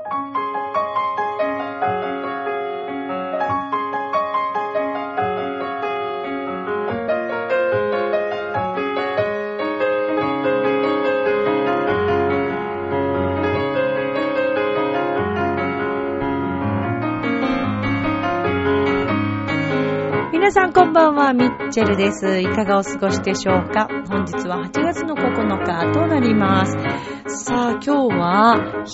皆さんこんばんは、ミッチェルです。いかがお過ごしでしょうか。本日は8月の9日となります。さあ今日は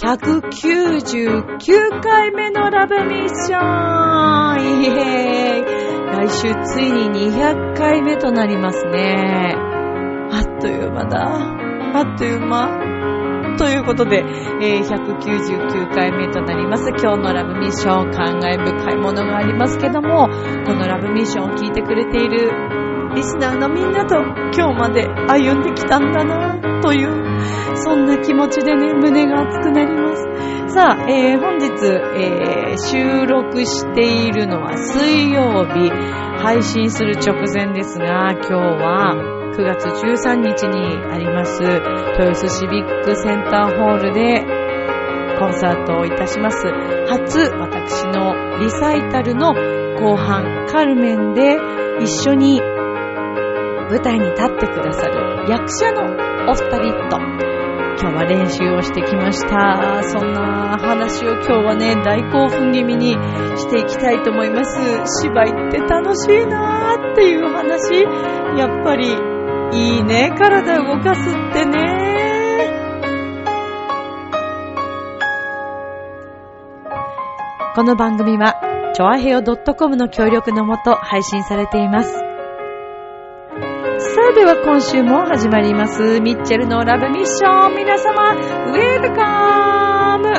199回目のラブミッション、イエーイ。来週ついに200回目となりますね。あっという間だ、あっという間ということで、199回目となります今日のラブミッション。感慨深いものがありますけども、このラブミッションを聞いてくれているリスナーのみんなと今日まで歩んできたんだなという、そんな気持ちでね、胸が熱くなります。さあ、本日、収録しているのは水曜日、配信する直前ですが、今日は9月13日にあります豊洲シビックセンターホールでコンサートをいたします。初私のリサイタルの後半カルメンで一緒に舞台に立ってくださる役者のお二人と今日は練習をしてきました。そんな話を今日はね、大興奮気味にしていきたいと思います。芝居って楽しいなーっていう話、やっぱりいいね、体動かすってね。この番組はチョアヘオ .com の協力のもと配信されています。さあでは今週も始まりますミッチェルのラブミッション。皆様ウェルカム。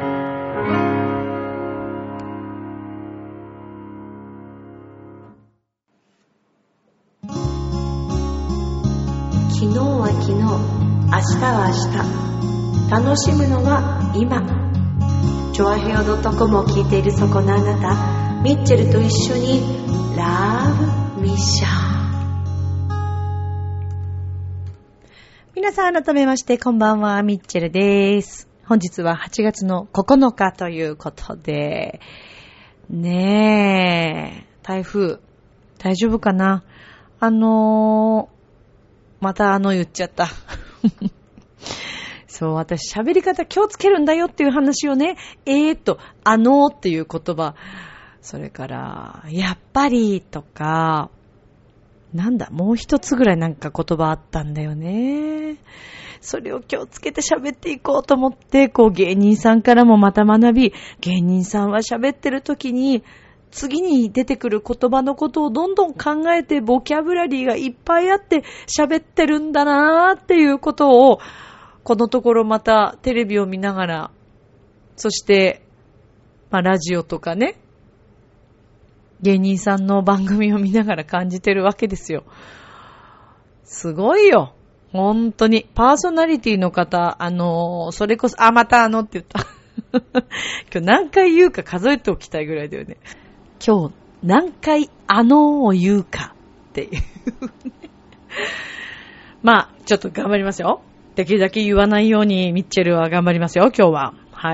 昨日は昨日、明日は明日、楽しむのは今。チョアヘオ .com を聞いているそこのあなた、ミッチェルと一緒にラブミッション。 皆さん改めましてこんばんは、ミッチェルです。本日は8月の9日ということでねえ、台風大丈夫かな。また言っちゃったそう、私喋り方気をつけるんだよっていう話をね、っていう言葉、それからやっぱりとか、なんだ、もう一つぐらいなんか言葉あったんだよね。それを気をつけて喋っていこうと思って、芸人さんからもまた学び、芸人さんは喋ってる時に次に出てくる言葉のことをどんどん考えて、ボキャブラリーがいっぱいあって喋ってるんだなーっていうことを、このところまたテレビを見ながら、そしてラジオとかね、芸人さんの番組を見ながら感じてるわけですよ。すごいよ。本当に。パーソナリティの方、それこそ、またって言った。今日何回言うか数えておきたいぐらいだよね。今日何回を言うかっていう。ちょっと頑張りますよ。できるだけ言わないようにミッチェルは頑張りますよ、今日は。はい。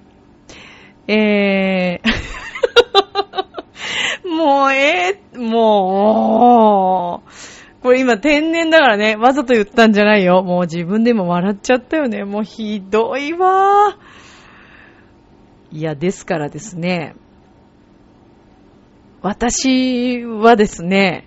もう、これ今天然だからね、わざと言ったんじゃないよ。もう自分でも笑っちゃったよね。もうひどいわ。いや、ですからですね、私はですね、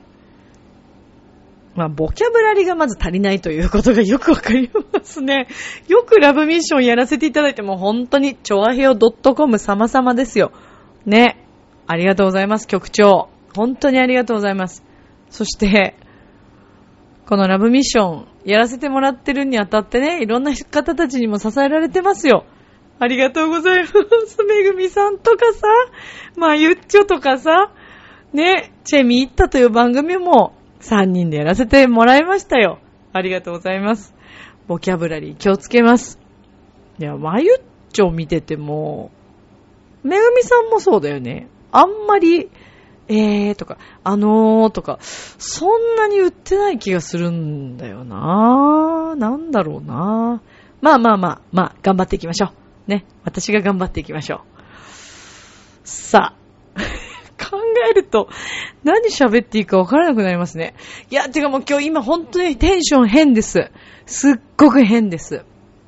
ボキャブラリーがまず足りないということがよくわかりますね。よくラブミッションやらせていただいて、も本当にチョアヘオ .com 様々ですよ。ね。ありがとうございます、局長。本当にありがとうございます。そして、このラブミッションやらせてもらってるにあたってね、いろんな方たちにも支えられてますよ。ありがとうございます。めぐみさんとかさ、ゆっちょとかさ、ね、チェミイッタという番組も3人でやらせてもらいましたよ。ありがとうございます。ボキャブラリー気をつけます。いや、ゆっちょ見てても、めぐみさんもそうだよね。あんまり、とか、とか、そんなに売ってない気がするんだよな。なんだろうな。頑張っていきましょう。 ね、私が頑張っていきましょう。さあ、考えると何喋っていいか分からなくなりますね。いや、てかもう今日今本当にテンション変です。すっごく変です。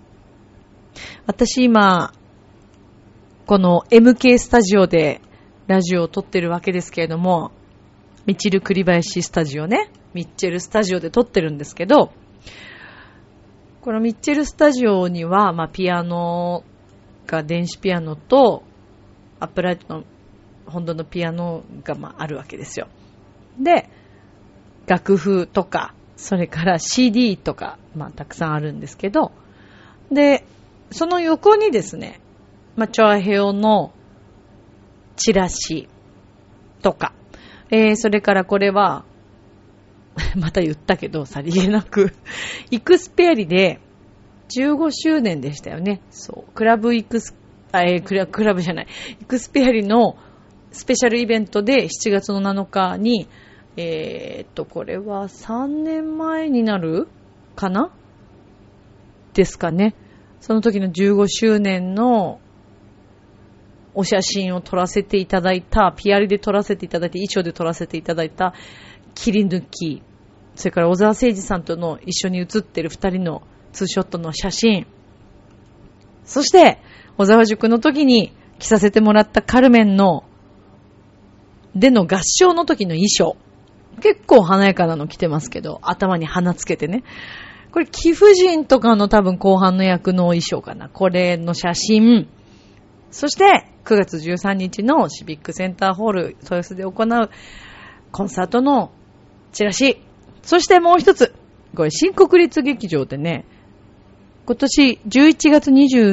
私今、この MK スタジオでラジオを撮ってるわけですけれども、ミチル栗林スタジオね、ミッチェルスタジオで撮ってるんですけど、このミッチェルスタジオには、ピアノが電子ピアノとアップライトの本当のピアノがあるわけですよ。で、楽譜とか、それから CD とか、たくさんあるんですけど、で、その横にですね、チョアヘオのチラシとか、それからこれは、また言ったけど、さりげなく、イクスペアリで15周年でしたよね。そう。クラブじゃない。イクスペアリのスペシャルイベントで7月の7日に、これは3年前になるかなですかね。その時の15周年のお写真を撮らせていただいた、ピアリで撮らせていただいて、衣装で撮らせていただいた切り抜き、それから小沢誠二さんとの一緒に写ってる2人のツーショットの写真、そして小沢塾の時に着させてもらったカルメンのでの合唱の時の衣装、結構華やかなの着てますけど、頭に花つけてね、これ貴婦人とかの多分後半の役の衣装かな、これの写真、そして9月13日のシビックセンターホール豊洲で行うコンサートのチラシ、そしてもう一つ、これ新国立劇場でね、今年11月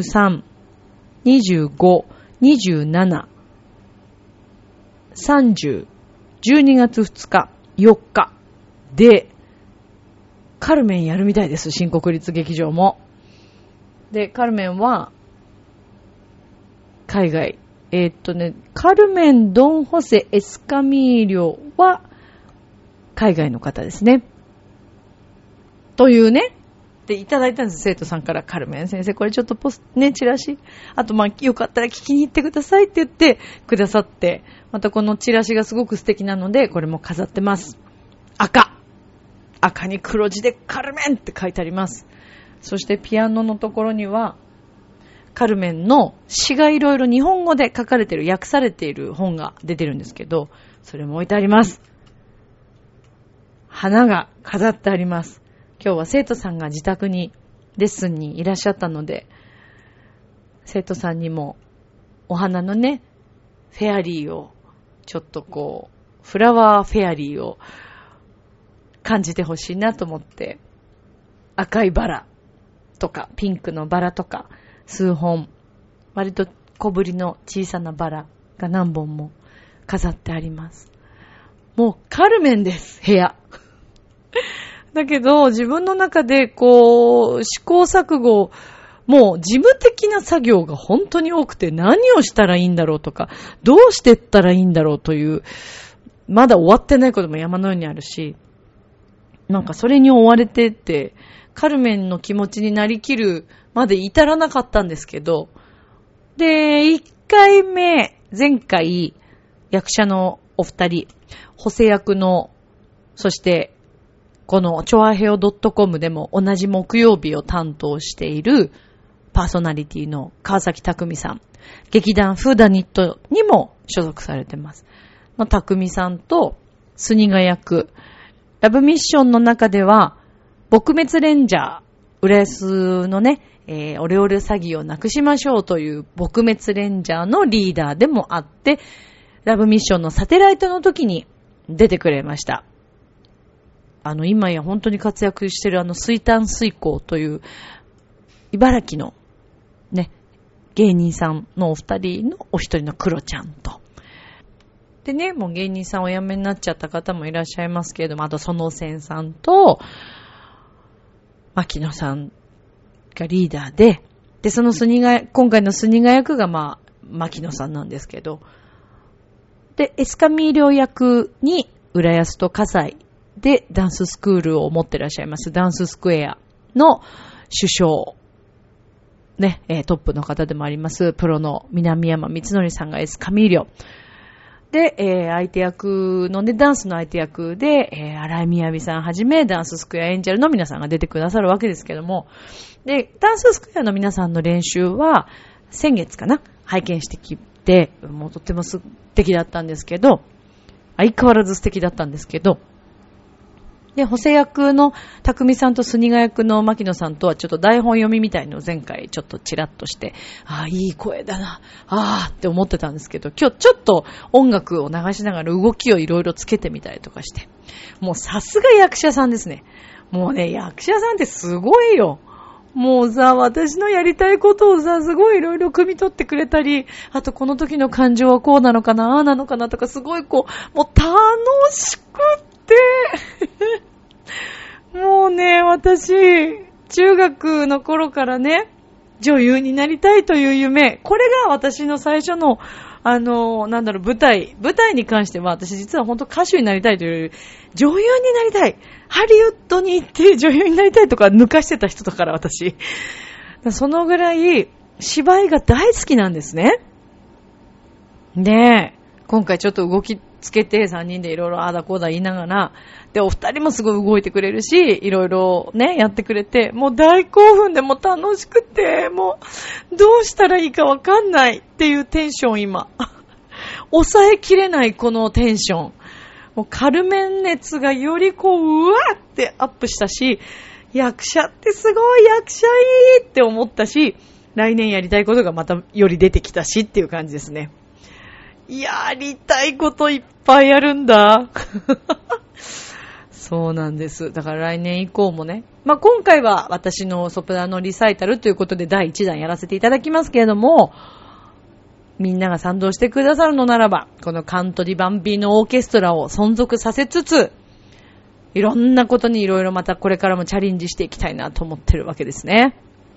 23、25、27、30、12月2日、4日でカルメンやるみたいです、新国立劇場も。で、カルメンは海外、カルメン・ドン・ホセ・エスカミーリョは海外の方ですね。というね。で、いただいたんです、生徒さんから。カルメン先生、これちょっとチラシ。あと、よかったら聞きに行ってくださいって言ってくださって、またこのチラシがすごく素敵なので、これも飾ってます。赤に黒字でカルメンって書いてあります。そしてピアノのところには、カルメンの詩がいろいろ日本語で書かれている、訳されている本が出てるんですけど、それも置いてあります。花が飾ってあります。今日は生徒さんが自宅にレッスンにいらっしゃったので、生徒さんにもお花のね、フェアリーを、ちょっとフラワーフェアリーを感じてほしいなと思って、赤いバラとかピンクのバラとか数本、割と小ぶりの小さなバラが何本も飾ってあります。もうカルメンです、部屋。だけど自分の中で試行錯誤、もう事務的な作業が本当に多くて、何をしたらいいんだろうとか、どうしてったらいいんだろうという、まだ終わってないことも山のようにあるし、なんかそれに追われてって、カルメンの気持ちになりきるまで至らなかったんですけど、で、1回目、前回、役者のお二人、補正役の、そして、このチョアヘオ .com でも同じ木曜日を担当しているパーソナリティの川崎匠さん、劇団フーダニットにも所属されてます。匠さんとスニガ役、ラブミッションの中では、撲滅レンジャー、浦安のね、オレオレ詐欺をなくしましょうという撲滅レンジャーのリーダーでもあって、ラブミッションのサテライトの時に出てくれました。今や本当に活躍してる水炭水耕という茨城のね、芸人さんのお二人のお一人のクロちゃんと。でね、もう芸人さんお辞めになっちゃった方もいらっしゃいますけれども、あと園仙さんと、牧野さんがリーダーで、で、今回のスニガ役が牧野さんなんですけど、で、エスカミーリョ役に浦安と葛西でダンススクールを持ってらっしゃいますダンススクエアの主将ね、トップの方でもあります、プロの南山光則さんがエスカミーリョ。で、相手役のね、ダンスの相手役で、荒井みやびさんはじめ、ダンススクエアエンジェルの皆さんが出てくださるわけですけども、で、ダンススクエアの皆さんの練習は、先月かな、拝見してきて、もうとっても素敵だったんですけど、相変わらず素敵だったんですけど、で、補正役の匠さんとスニガ役の牧野さんとはちょっと台本読みみたいのを前回ちょっとチラッとして、ああ、いい声だな、ああって思ってたんですけど、今日ちょっと音楽を流しながら動きをいろいろつけてみたりとかして、もうさすが役者さんですね。もうね、役者さんってすごいよ。もうさ、私のやりたいことをさ、すごいいろいろ汲み取ってくれたり、あとこの時の感情はこうなのかな、ああなのかなとか、すごいこう、もう楽しくってもうね、私、中学の頃からね、女優になりたいという夢、これが私の最初の、舞台に関しては、私実は本当歌手になりたいという、女優になりたい。ハリウッドに行って女優になりたいとか抜かしてた人だから、私。そのぐらい、芝居が大好きなんですね。で、今回ちょっと動きつけて3人でいろいろあだこうだ言いながら、で、お二人もすごい動いてくれるし、いろいろね、やってくれて、もう大興奮でもう楽しくて、もう、どうしたらいいかわかんないっていうテンション今。抑えきれないこのテンション。もうカルメン熱がよりこう、うわーってアップしたし、役者ってすごい、役者いいって思ったし、来年やりたいことがまたより出てきたしっていう感じですね。やりたいこといっぱいあるんだ。そうなんです。だから来年以降もね。まあ、今回は私のソプラノリサイタルということで第1弾やらせていただきますけれども、みんなが賛同してくださるのならば、このカントリバンビーノオーケストラを存続させつつ、いろんなことにいろいろまたこれからもチャレンジしていきたいなと思ってるわけですね。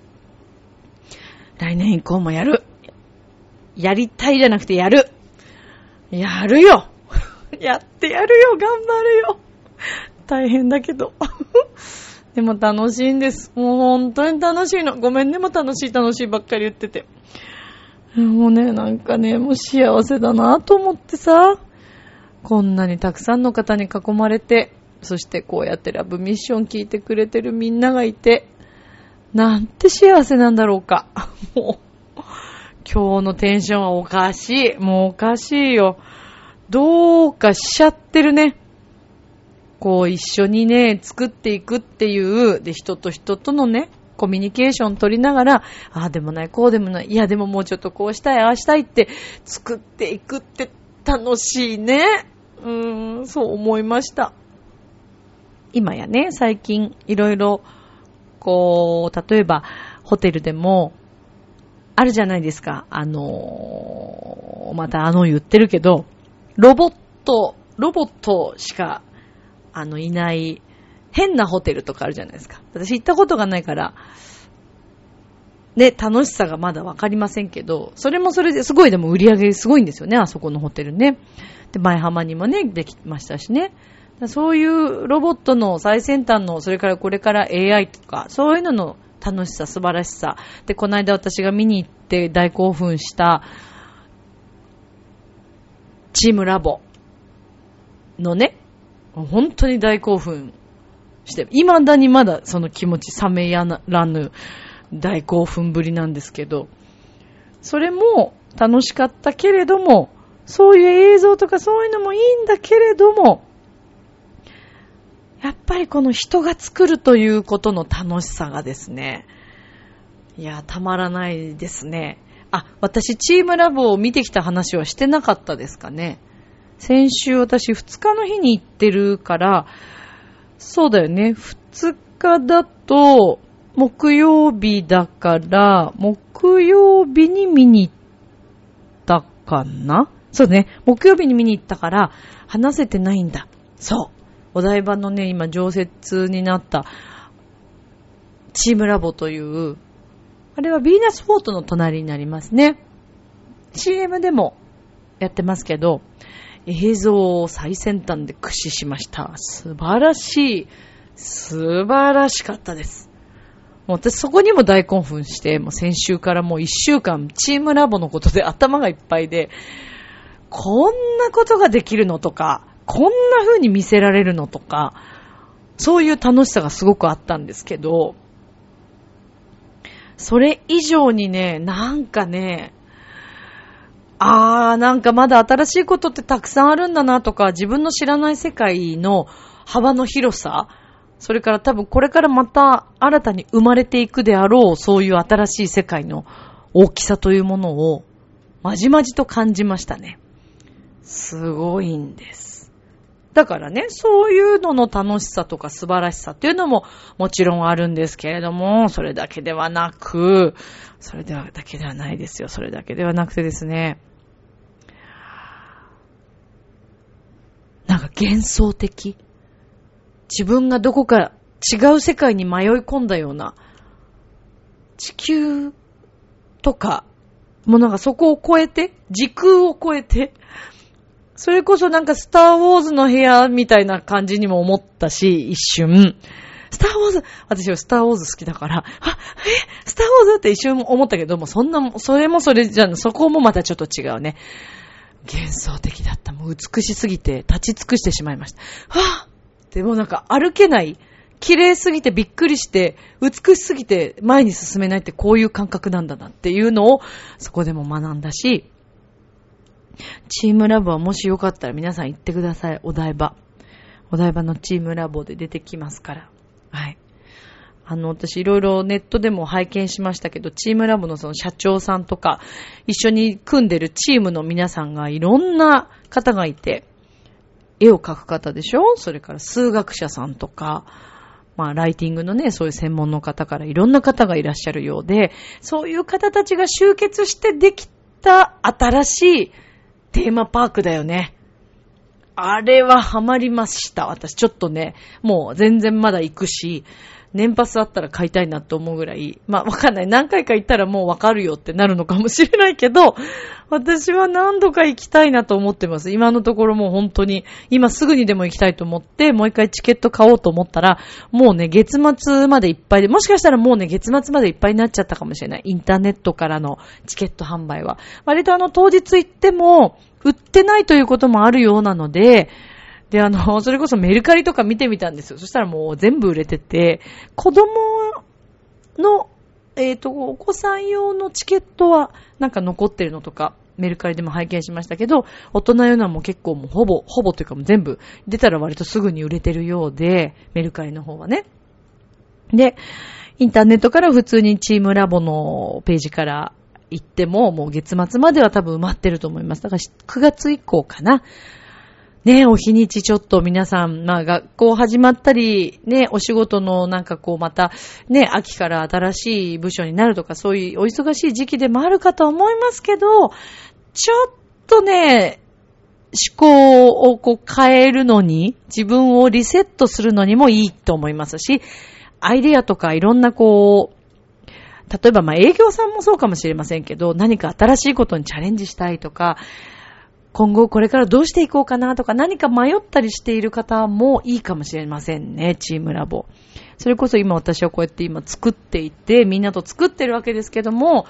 来年以降もやる。やりたいじゃなくてやる。やるよ。やってやるよ。頑張るよ。大変だけど。でも楽しいんです。もう本当に楽しいの。ごめんね、もう楽しいばっかり言ってて。もうね、なんかね、もう幸せだなと思ってさ、こんなにたくさんの方に囲まれて、そしてこうやってラブミッション聞いてくれてるみんながいて、なんて幸せなんだろうか。もう、今日のテンションはおかしい。もうおかしいよ。どうかしちゃってるね。こう一緒にね、作っていくっていう、で、人と人とのね、コミュニケーション取りながら、ああでもない、こうでもない、いやでももうちょっとこうしたい、ああしたいって作っていくって楽しいね。そう思いました。今やね、最近いろいろ、こう、例えばホテルでも、あるじゃないですか。また言ってるけど、ロボットしか、いない変なホテルとかあるじゃないですか。私行ったことがないから、ね、楽しさがまだわかりませんけど、それもそれですごいでも売り上げすごいんですよね、あそこのホテルね。で、前浜にもね、できましたしね。そういうロボットの最先端の、それからこれから AI とか、そういうのの楽しさ、素晴らしさ。で、この間私が見に行って大興奮したチームラボのね、本当に大興奮して、未だにまだその気持ち冷めやらぬ大興奮ぶりなんですけど、それも楽しかったけれども、そういう映像とかそういうのもいいんだけれども、やっぱりこの人が作るということの楽しさがですね、いや、たまらないですね。私チームラボを見てきた話はしてなかったですかね。先週私2日の日に行ってるから、そうだよね。2日だと、木曜日だから、木曜日に見に行ったかな？そうね。木曜日に見に行ったから、話せてないんだ。そう。お台場のね、今常設になった、チームラボという、あれはヴィーナスフォートの隣になりますね。CM でもやってますけど、映像を最先端で駆使しました。素晴らしかったです。 もう私そこにも大興奮して、もう先週からもう1週間チームラボのことで頭がいっぱいで、こんなことができるのとか、こんな風に見せられるのとか、そういう楽しさがすごくあったんですけど、それ以上にね、なんかね、なんかまだ新しいことってたくさんあるんだなとか、自分の知らない世界の幅の広さ、それから多分これからまた新たに生まれていくであろう、そういう新しい世界の大きさというものをまじまじと感じましたね。すごいんです。だからね、そういうのの楽しさとか素晴らしさっていうのももちろんあるんですけれども、それだけではなく、それだけではないですよ。それだけではなくてですね、なんか幻想的。自分がどこか違う世界に迷い込んだような、地球とか、もうなんかそこを超えて、時空を超えて、それこそなんかスターウォーズの部屋みたいな感じにも思ったし、一瞬。スターウォーズ、私はスターウォーズ好きだから、スターウォーズって一瞬思ったけども、それもそれじゃん、そこもまたちょっと違うね。幻想的だった。もう美しすぎて立ち尽くしてしまいました。でもなんか歩けない。綺麗すぎてびっくりして、美しすぎて前に進めないってこういう感覚なんだなっていうのをそこでも学んだし、チームラボはもしよかったら皆さん行ってください。お台場のチームラボで出てきますから。はい。私いろいろネットでも拝見しましたけど、チームラボのその社長さんとか、一緒に組んでるチームの皆さんがいろんな方がいて、絵を描く方でしょ？それから数学者さんとか、ライティングのね、そういう専門の方からいろんな方がいらっしゃるようで、そういう方たちが集結してできた新しいテーマパークだよね。あれはハマりました。私ちょっとね、もう全然まだ行くし、年パスあったら買いたいなと思うぐらい、わかんない。何回か行ったらもうわかるよってなるのかもしれないけど、私は何度か行きたいなと思ってます。今のところもう本当に、今すぐにでも行きたいと思って、もう一回チケット買おうと思ったら、もうね、月末までいっぱいで、もしかしたらもうね、月末までいっぱいになっちゃったかもしれない。インターネットからのチケット販売は。割と当日行っても、売ってないということもあるようなので、で、それこそメルカリとか見てみたんですよ。そしたらもう全部売れてて、子供の、お子さん用のチケットはなんか残ってるのとか、メルカリでも拝見しましたけど、大人用のはもう結構もうほぼというかもう全部出たら割とすぐに売れてるようで、メルカリの方はね。で、インターネットから普通にチームラボのページから行っても、もう月末までは多分埋まってると思います。だから9月以降かな。ね、お日にちちょっと皆さん、学校始まったり、ね、お仕事のなんかこうまた、ね、秋から新しい部署になるとか、そういうお忙しい時期でもあるかと思いますけど、ちょっとね、思考をこう変えるのに、自分をリセットするのにもいいと思いますし、アイデアとかいろんなこう、例えば営業さんもそうかもしれませんけど、何か新しいことにチャレンジしたいとか、今後これからどうしていこうかなとか何か迷ったりしている方もいいかもしれませんね、チームラボ。それこそ今私はこうやって今作っていて、みんなと作ってるわけですけども、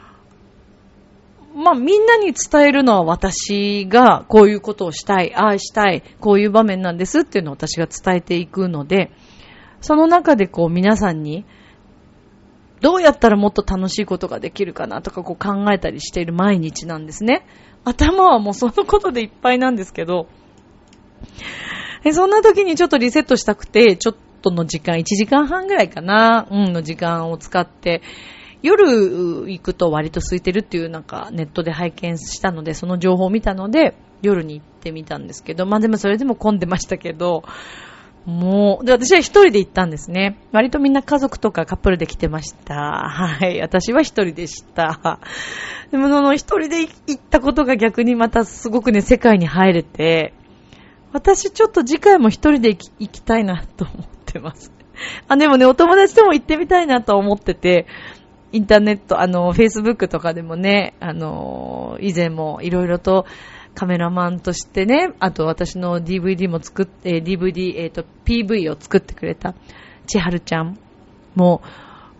みんなに伝えるのは私がこういうことをしたい、ああしたい、こういう場面なんですっていうのを私が伝えていくので、その中でこう皆さんにどうやったらもっと楽しいことができるかなとかこう考えたりしている毎日なんですね。頭はもうそのことでいっぱいなんですけど、そんな時にちょっとリセットしたくて、ちょっとの時間、1時間半ぐらいかな、の時間を使って、夜行くと割と空いてるっていうなんかネットで拝見したので、その情報を見たので、夜に行ってみたんですけど、でもそれでも混んでましたけど、で、私は一人で行ったんですね。割とみんな家族とかカップルで来てました。はい。私は一人でした。でも一人で行ったことが逆にまたすごくね、世界に入れて、私ちょっと次回も一人で行きたいなと思ってます。でもね、お友達とも行ってみたいなと思ってて、インターネット、Facebook とかでもね、以前もいろいろとカメラマンとしてね、あと私の DVD も作って、PV を作ってくれた千春ちゃんも、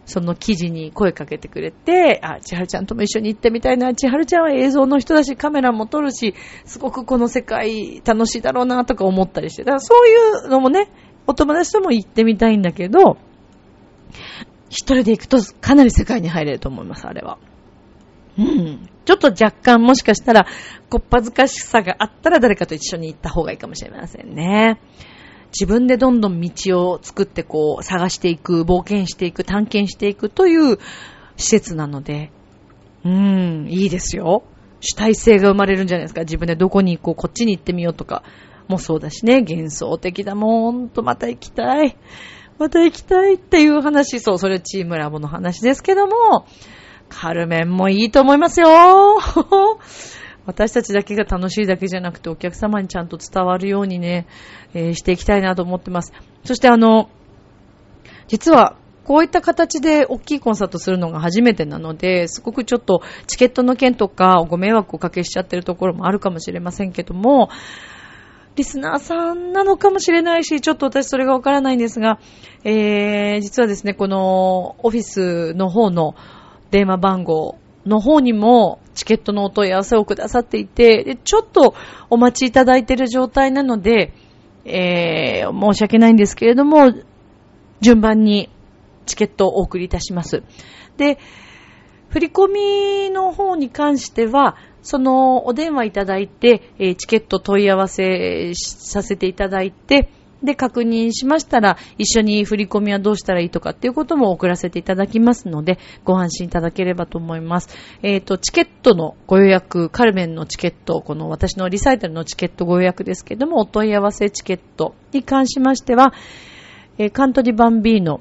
その記事に声かけてくれて、千春ちゃんとも一緒に行ってみたいな、千春ちゃんは映像の人だし、カメラも撮るし、すごくこの世界楽しいだろうなとか思ったりして、だからそういうのもね、お友達とも行ってみたいんだけど、一人で行くとかなり世界に入れると思います、あれは。ちょっと若干もしかしたら、こっぱずかしさがあったら誰かと一緒に行った方がいいかもしれませんね。自分でどんどん道を作って探していく、冒険していく、探検していくという施設なので、いいですよ。主体性が生まれるんじゃないですか。自分でどこに行こう、こっちに行ってみようとかもそうだしね。幻想的だもん。ほんとまた行きたいっていう話。それチームラボの話ですけども、カルメンもいいと思いますよ。私たちだけが楽しいだけじゃなくてお客様にちゃんと伝わるようにね、していきたいなと思ってます。そして実はこういった形で大きいコンサートするのが初めてなので、すごくちょっとチケットの件とかご迷惑をおかけしちゃってるところもあるかもしれませんけども、リスナーさんなのかもしれないし、ちょっと私それがわからないんですが、実はですね、このオフィスの方の電話番号の方にもチケットのお問い合わせをくださっていて、でちょっとお待ちいただいている状態なので、申し訳ないんですけれども、順番にチケットをお送りいたします。で、振り込みの方に関しては、そのお電話いただいて、チケット問い合わせさせていただいて、で確認しましたら一緒に振り込みはどうしたらいいとかっていうことも送らせていただきますので、ご安心いただければと思います。チケットのご予約、カルメンのチケット、この私のリサイタルのチケットご予約ですけども、お問い合わせチケットに関しましては、カントリバンビーノ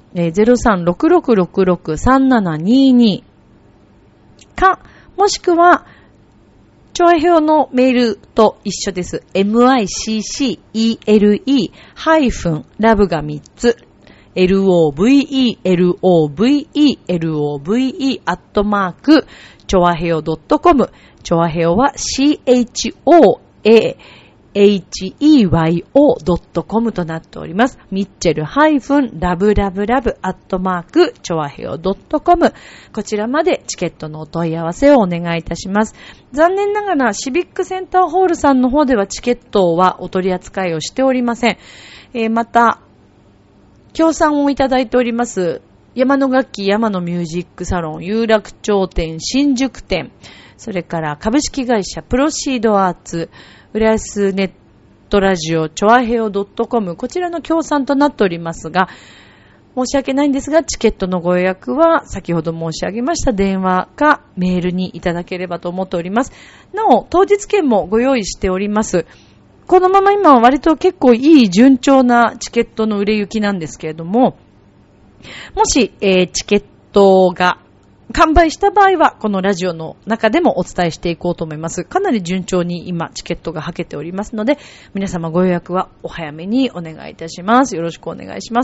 0366663722 か、もしくはチョアヘオのメールと一緒です。miccele-love が3つ。love アットマーク、チョアヘオ .com。チョアヘオは CHOAHEYO.com となっております。ミッチェル-love アットマーク、チョアヘオ .com。こちらまでチケットのお問い合わせをお願いいたします。残念ながらシビックセンターホールさんの方ではチケットはお取り扱いをしておりません。また、協賛をいただいております山野楽器山野ミュージックサロン有楽町店新宿店、それから株式会社プロシードアーツ、浦安ネットラジオチョアヘオ .com、 こちらの協賛となっておりますが、申し訳ないんですがチケットのご予約は先ほど申し上げました電話かメールにいただければと思っております。なお当日券もご用意しております。このまま今は割と結構いい順調なチケットの売れ行きなんですけれども、もし、チケットが完売した場合はこのラジオの中でもお伝えしていこうと思います。かなり順調に今チケットがはけておりますので、皆様ご予約はお早めにお願いいたします。よろしくお願いします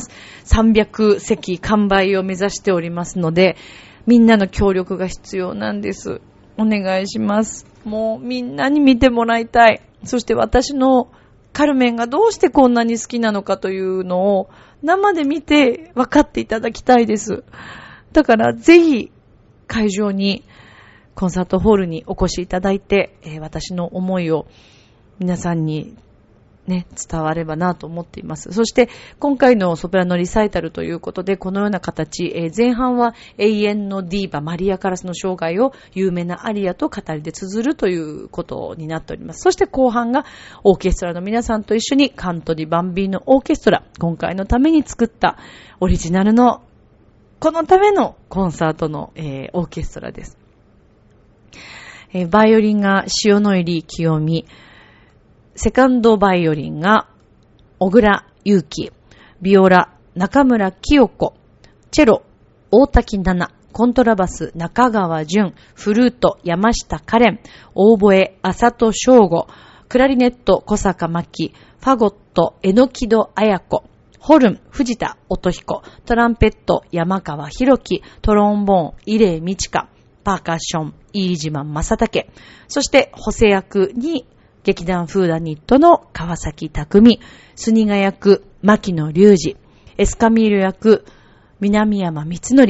。300席完売を目指しておりますので、みんなの協力が必要なんです。お願いします。もうみんなに見てもらいたい。そして私のカルメンがどうしてこんなに好きなのかというのを生で見て分かっていただきたいです。だからぜひ会場にコンサートホールにお越しいただいて、私の思いを皆さんにね伝わればなと思っています。そして今回のソプラノリサイタルということでこのような形、前半は永遠のディーバマリア・カラスの生涯を有名なアリアと語りで綴るということになっております。そして後半がオーケストラの皆さんと一緒にカントリバンビーノオーケストラ、今回のために作ったオリジナルのこのためのコンサートの、オーケストラです。バイオリンが塩野入清美、セカンドバイオリンが小倉祐希、ビオラ中村清子、チェロ大滝奈々、コントラバス中川淳、フルート山下カレン、オーボエ浅戸翔吾、クラリネット小坂真希、ファゴット榎木戸彩子、ホルン藤田音彦、トランペット山川博樹、トロンボーン伊礼美智香、パーカッション飯島正武、そして補正役に劇団フーダニットの川崎匠、スニガ役牧野隆二、エスカミール役南山光則、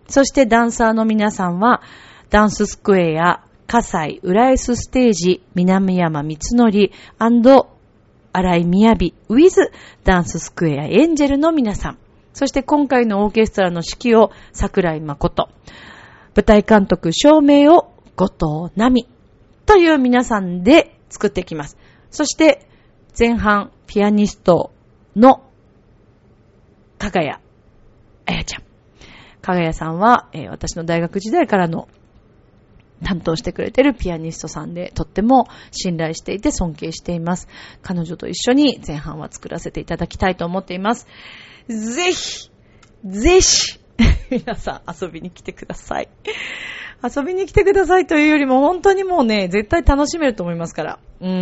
そしてダンサーの皆さんは、ダンススクエア、葛西浦安ステージ、南山光則&新井雅、ウィズダンススクエアエンジェルの皆さん。そして今回のオーケストラの指揮を桜井誠。舞台監督照明を後藤奈美という皆さんで作っていきます。そして前半ピアニストの加賀谷彩ちゃん。加賀谷さんは、私の大学時代からの担当してくれているピアニストさんで、とっても信頼していて尊敬しています。彼女と一緒に前半は作らせていただきたいと思っています。ぜひ皆さん遊びに来てください。遊びに来てくださいというよりも本当にもうね、絶対楽しめると思いますから。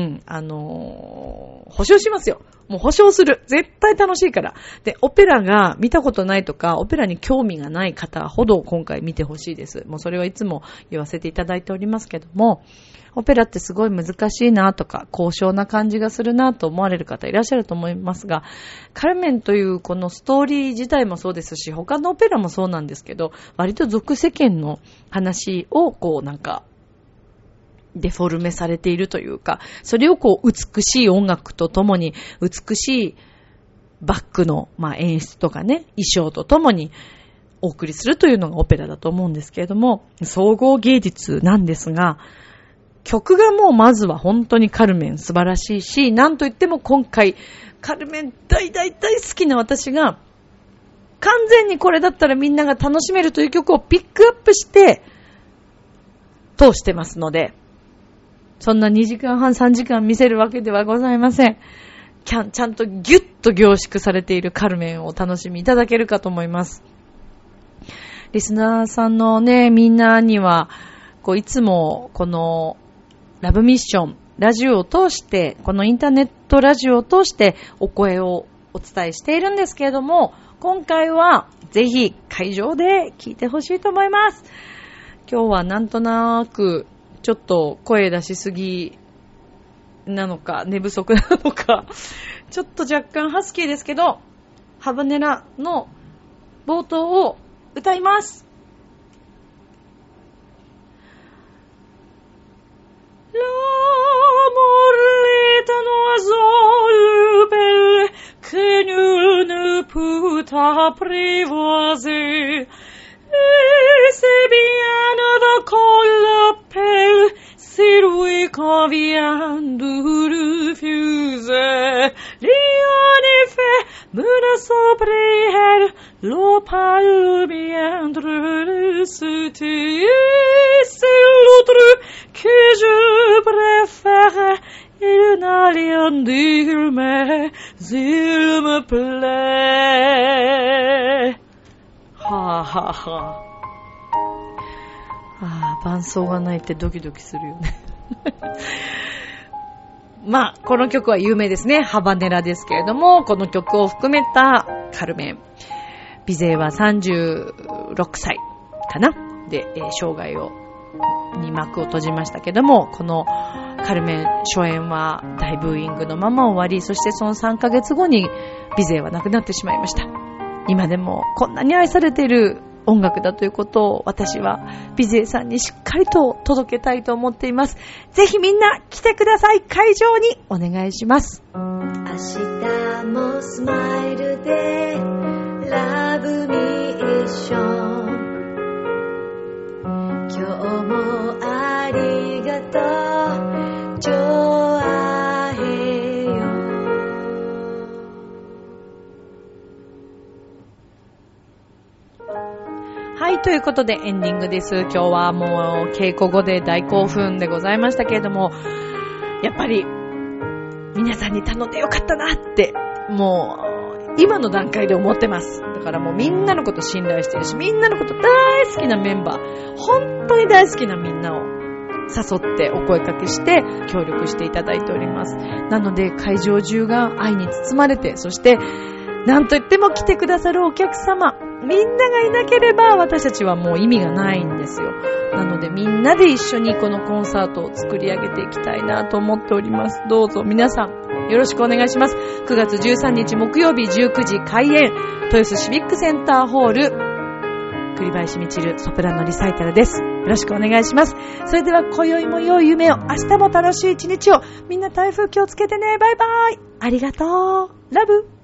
保証しますよ。もう保証する。絶対楽しいから。で、オペラが見たことないとか、オペラに興味がない方ほど今回見てほしいです。もうそれはいつも言わせていただいておりますけども、オペラってすごい難しいなとか、高尚な感じがするなと思われる方いらっしゃると思いますが、カルメンというこのストーリー自体もそうですし、他のオペラもそうなんですけど、割と俗世間の話をこうなんか、デフォルメされているというか、それをこう美しい音楽とともに、美しいバックの、演出とかね、衣装とともにお送りするというのがオペラだと思うんですけれども、総合芸術なんですが、曲がもうまずは本当にカルメン素晴らしいし、なんといっても今回カルメン大好きな私が完全にこれだったらみんなが楽しめるという曲をピックアップして通してますので、そんな2時間半3時間見せるわけではございません。ちゃんとギュッと凝縮されているカルメンをお楽しみいただけるかと思います。リスナーさんのね、みんなにはこういつもこのラブミッションラジオを通して、このインターネットラジオを通してお声をお伝えしているんですけれども、今回はぜひ会場で聞いてほしいと思います。今日はなんとなくちょっと声出しすぎなのか寝不足なのかちょっと若干ハスキーですけど、ハバネラの冒頭を歌います。L'amour est un oiseau belle que nul ne peut apprivoiser, et c'est bien de qu'on l'appelle si lui convient de refuser. En effet, menaçant prière, l'opale viendra citer, c'est l'autre que je préfère, il n'a rien dire, mais il me plaît. はぁはぁはぁ。伴奏がないってドキドキするよね。この曲は有名ですね。ハバネラですけれども、この曲を含めたカルメン。ビゼは36歳かなで、生涯に幕を閉じましたけども、このカルメン初演は大ブーイングのまま終わり、そしてその3ヶ月後にビゼは亡くなってしまいました。今でもこんなに愛されている音楽だということを私はビゼさんにしっかりと届けたいと思っています。ぜひみんな来てください。会場にお願いします。 明日もスマイルでラブミッション、今日もありがとうジョアヘヨ。 はい、ということでエンディングです。今日はもう稽古後で大興奮でございましたけれども、やっぱり皆さんに頼んでよかったなってもう今の段階で思ってます。だからもうみんなのこと信頼してるし、みんなのこと大好きなメンバー、本当に大好きなみんなを誘ってお声掛けして協力していただいております。なので会場中が愛に包まれて、そしてなんといっても来てくださるお客様、みんながいなければ私たちはもう意味がないんですよ。なのでみんなで一緒にこのコンサートを作り上げていきたいなと思っております。どうぞ皆さんよろしくお願いします。9月13日木曜日19時開演、豊洲シビックセンターホール栗林みちるソプラノリサイタルです。よろしくお願いします。それでは今宵も良い夢を、明日も楽しい一日を。みんな台風気をつけてね。バイバイ。ありがとう。ラブ。